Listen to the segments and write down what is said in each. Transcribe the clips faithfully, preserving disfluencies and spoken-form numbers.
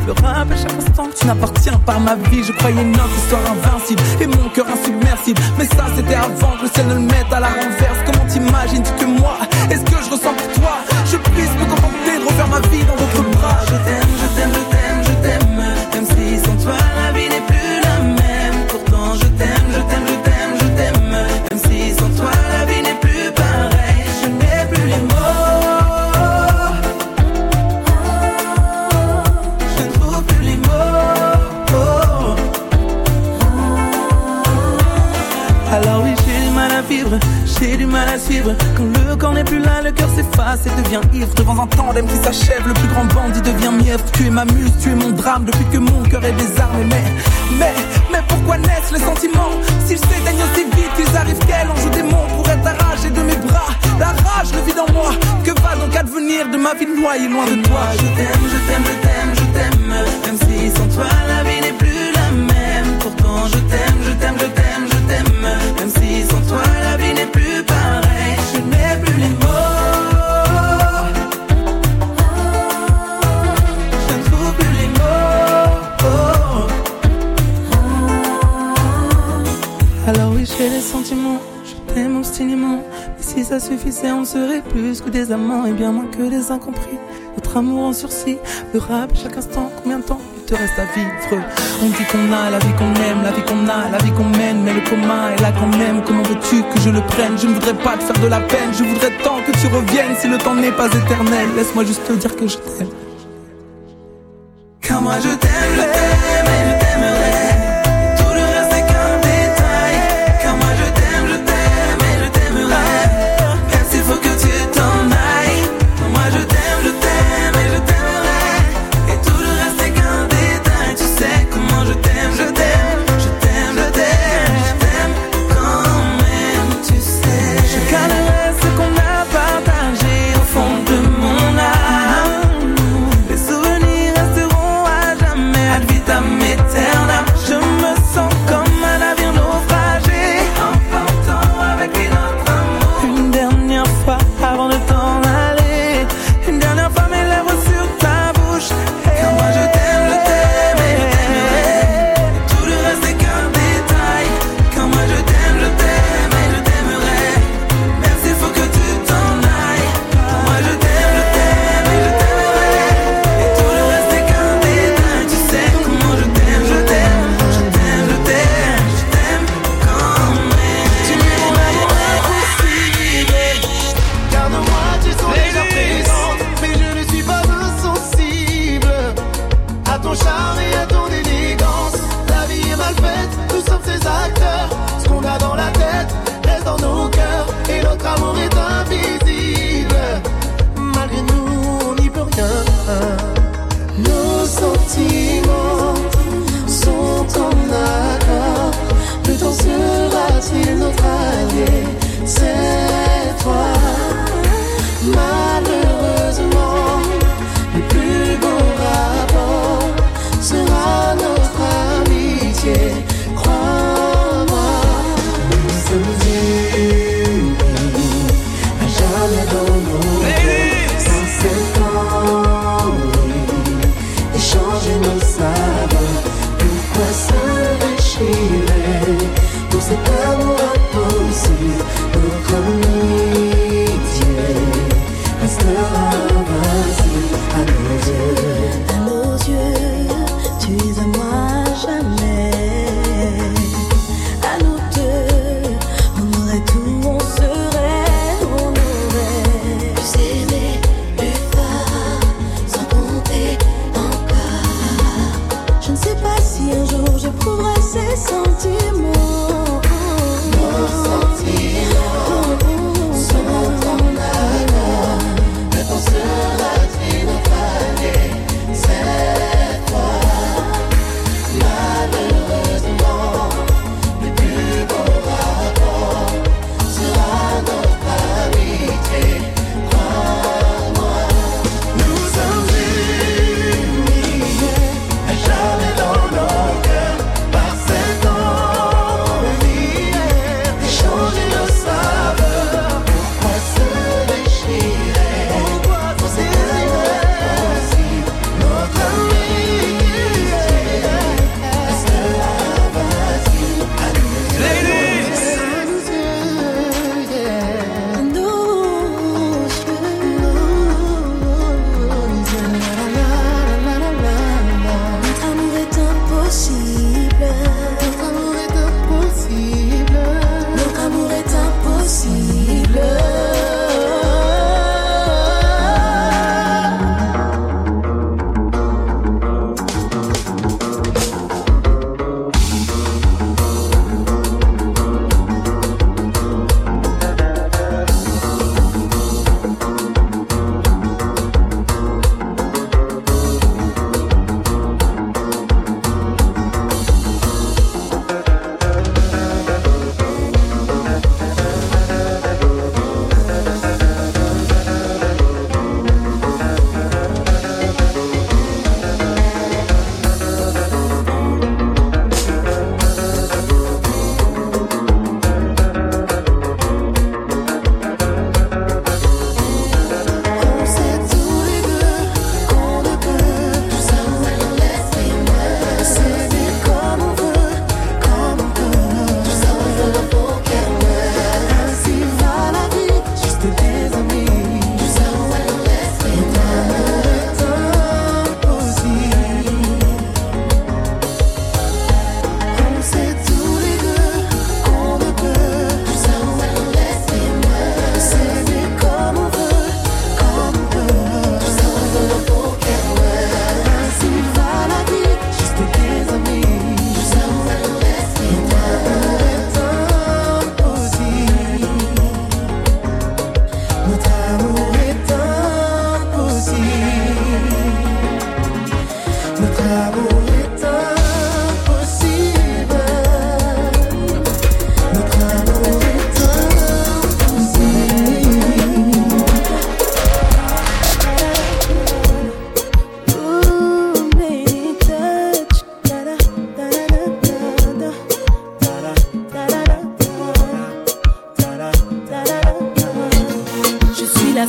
Le rap à chaque instant que tu n'appartiens pas à ma vie. Je croyais notre histoire invincible et mon cœur insubmersible. Mais ça c'était avant que le ciel ne le mette à la renverse. Comment t'imagines-tu que moi, est-ce que je ressens pour toi, je puisse me contenter de refaire ma vie dans d'autres bras? Je t'aime, je t'aime, je t'aime, je t'aime. Même si sans toi la vie n'est plus la même. Pourtant je t'aime, je t'aime, je t'aime, je t'aime. Même si sans toi la vie n'est plus pareille. Je n'ai plus les mots, je ne trouve plus les mots. Alors oui, j'ai du mal à vivre, j'ai du mal à suivre. Quand le corps n'est plus là, le cœur s'efface et devient ivre. Devant un tandem qui s'achève, le plus grand bandit devient mièvre. Tu es ma muse, tu es mon drame, depuis que mon cœur est désarmé. Mais, mais, mais pourquoi naissent les sentiments s'ils s'éteignent aussi vite qu'ils arrivent? Quel enjeu démon pourrait t'arracher de mes bras? La rage, le vide en moi, que va donc advenir de ma vie noyée loin de toi? Je t'aime, je t'aime, je t'aime, je t'aime. Même si sans toi la vie n'est plus la même. Pourtant je t'aime, je t'aime, je t'aime, je t'aime. Même si sans toi la vie n'est plus pareille. Je n'ai plus les mots, je ne trouve plus les mots. Alors oui, j'ai des sentiments, je t'aime obstinément. Mais si ça suffisait, on serait plus que des amants et bien moins que des incompris. Notre amour en sursis, le rap chaque instant. Combien de temps il te reste à vivre? On dit qu'on a la vie qu'on aime, la vie qu'on a, la vie qu'on mène. Mais le commun est là quand même, comment veux-tu que je le prenne? Je ne voudrais pas te faire de la peine, je voudrais tant que tu reviennes. Si le temps n'est pas éternel, laisse-moi juste te dire que je t'aime. Car moi je t'aime, je t'aime et je t'aimerai. Tout le reste n'est qu'un détail. Car moi je t'aime, je t'aime et je t'aimerai. Même s'il faut que tu t'en ailles. Moi je t'aime, je t'aime et je t'aimerai. Et tout le reste n'est qu'un détail. Tu sais comment je t'aime, je t'aime, je t'aime, je t'aime, je t'aime quand même, tu sais. Je garderai ce qu'on a partagé au fond de mon âme. Les souvenirs resteront à jamais.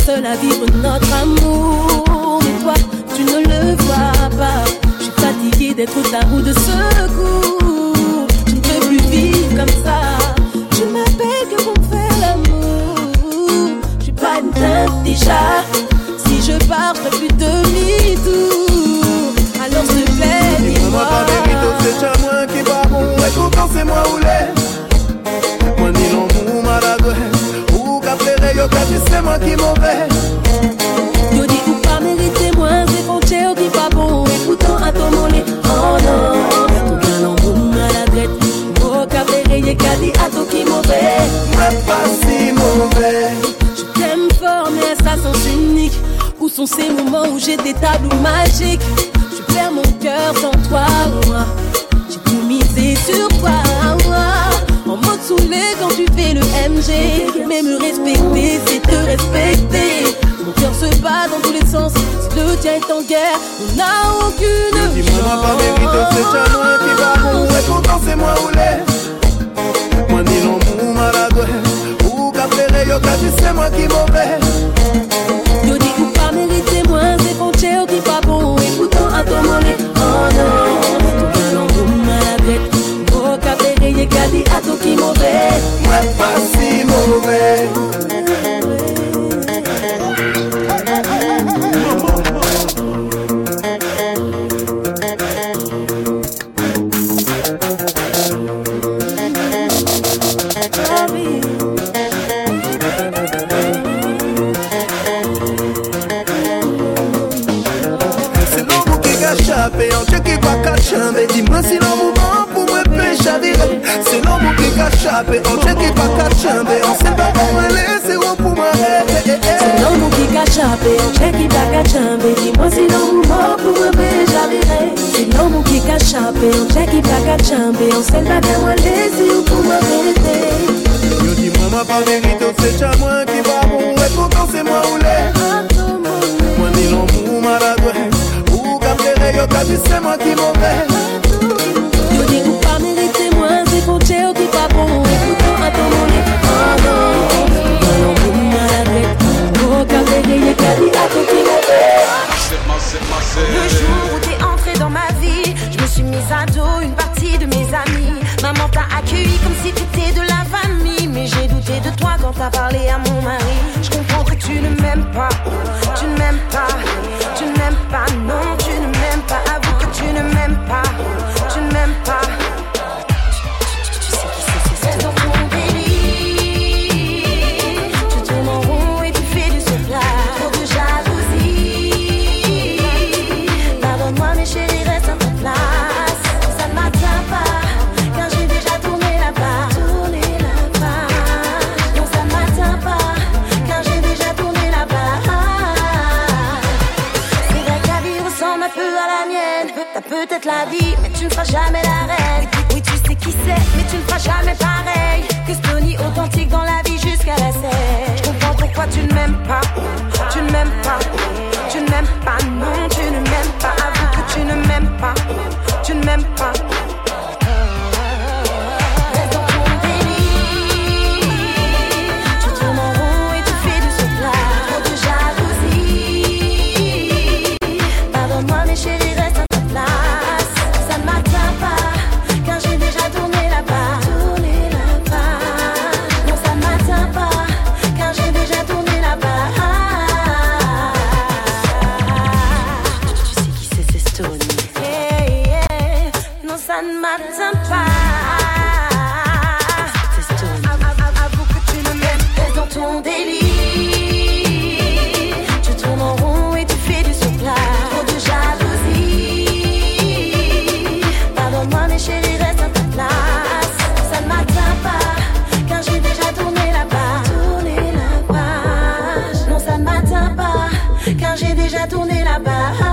seul à vivre notre amour. Mais toi, tu ne le vois pas. Je suis fatiguée d'être ta roue de secours. Je ne peux plus vivre comme ça. Tu m'appelles que pour me faire l'amour. Je suis pas une teinte déjà. Si je pars, je ferai plus demi-tour. Alors s'il te plaît, dis-moi. Pas mérite, c'est déjà moi qui va bon. Et pourtant c'est moi où l'est. Moi ni l'amour maladresse. Ou qu'à pleurer, yo qu'à dire c'est moi qui mauvais. Yo dis ou pas mériter moins. C'est frontières qui pas bon. Et pourtant à ton mollet. Oh non. Ou qu'à l'amour maladresse. Ou qu'à pleurer, yo qu'à dire à toi qui mauvais. Moi pas si mauvais. Je t'aime fort mais à sa sens unique. Où sont ces moments où j'ai des tableaux magiques? Je perds mon cœur sans toi, moi. J'ai tout misé sur toi, moi. En mode saoulé quand tu fais le M G. Mais me respecter, c'est te respecter. Mon cœur se bat dans tous les sens. Si le tien est en guerre, on n'a aucune chance. Dis-moi pas mérite, c'est déjà moi qui va bon. Et pourtant c'est moi où l'est. Moi ni l'amour maladresse. Ou qu'à pleurer, yo qu'à dire c'est moi qui mauvais. Yo dis ou pas mériter moins, c'est frontières qui pas bon. Et pourtant à ton mollet, oh non. Tout qu'un l'amour maladresse. Oh qu'à pleurer, y'a qu'à dire à toi qui mauvais. Moi pas si mauvais. En Dieu qui va cachamber. Dis-moi si l'amour bon pour me pécher à virer. C'est l'amour qui cachape. En Dieu qui va cachamber. On sait pas comment elle est, c'est bon pour m'arrêter. C'est l'amour qui cachape. En Dieu qui va cachamber. Dis-moi si l'amour bon pour me pécher à virer. C'est l'amour qui cachape. En Dieu qui va cachamber. On sait pas comment elle est, c'est bon pour m'arrêter. Yo dis-moi ma pas mérite, c'est déjà moi qui va bon. Et pourtant c'est moi où l'est. Moi ni l'amour maladresse. Yo qu'à dire c'est moi qui mauvais. Yo dis ou pas mériter moins. C'est frontières qui pas bon. Et pourtant à ton mollet, oh non. Dans l'amour maladresse. Oh qu'à pleurer, y'a qu'à dire à toi qui mauvais. Le jour où t'es entré dans ma vie, je me suis mise à dos une partie de mes amis. Maman t'a accueilli comme si t'étais de la famille. Mais j'ai douté de toi quand t'as parlé à mon mari. Je comprends que tu ne m'aimes pas. Tu ne m'aimes pas. Tu ne m'aimes pas, non, tu ne m'aimes pas. Avoue que tu ne m'aimes pas. Tu ne m'aimes pas. Tu, tu, tu sais qui c'est, c'est dans ton délire. Tu tournes en rond et tu fais du sevrage. Trop de jalousie. Pardonne-moi mes chéris, reste à ta place. Ça ne m'atteint pas, car j'ai déjà tourné là-bas. Tourné là-bas. Non, ça ne m'atteint pas, car j'ai déjà tourné là-bas. Ressemble un peu à la mienne. T'as peut-être la vie, mais tu ne feras jamais la reine. Oui, tu sais qui c'est, mais tu ne feras jamais pareil. Que Stony authentique dans la vie jusqu'à la scène. Je comprends pourquoi tu ne m'aimes pas. Tu ne m'aimes pas. Tu ne m'aimes pas, non, tu ne m'aimes pas. Avoue que tu ne m'aimes pas. Tu ne m'aimes pas. Reste dans ton délire. Tu tournes en rond et tu fais du sevrage. Trop de jalousie. Pardonne-moi mes chéris, reste à ta place. Ça ne m'atteint pas, car j'ai déjà tourné là-bas. Tourné là-bas. Non, ça ne m'atteint pas, car j'ai déjà tourné là-bas. Tu, tu sais qui c'est, c'est Stony. Hey, yeah. Non, ça ne m'atteint pas. C'est Stony. Avoue que tu ne m'aimes pas. Reste dans ton délire. Tu tournes en rond et tu fais du sevrage. Trop de jalousie. Pardonne-moi mes chéris, reste à ta place. Ça ne m'atteint pas, car j'ai déjà tourné là-bas. Tourné là-bas. Non, ça ne m'atteint pas, car j'ai déjà tourné là-bas.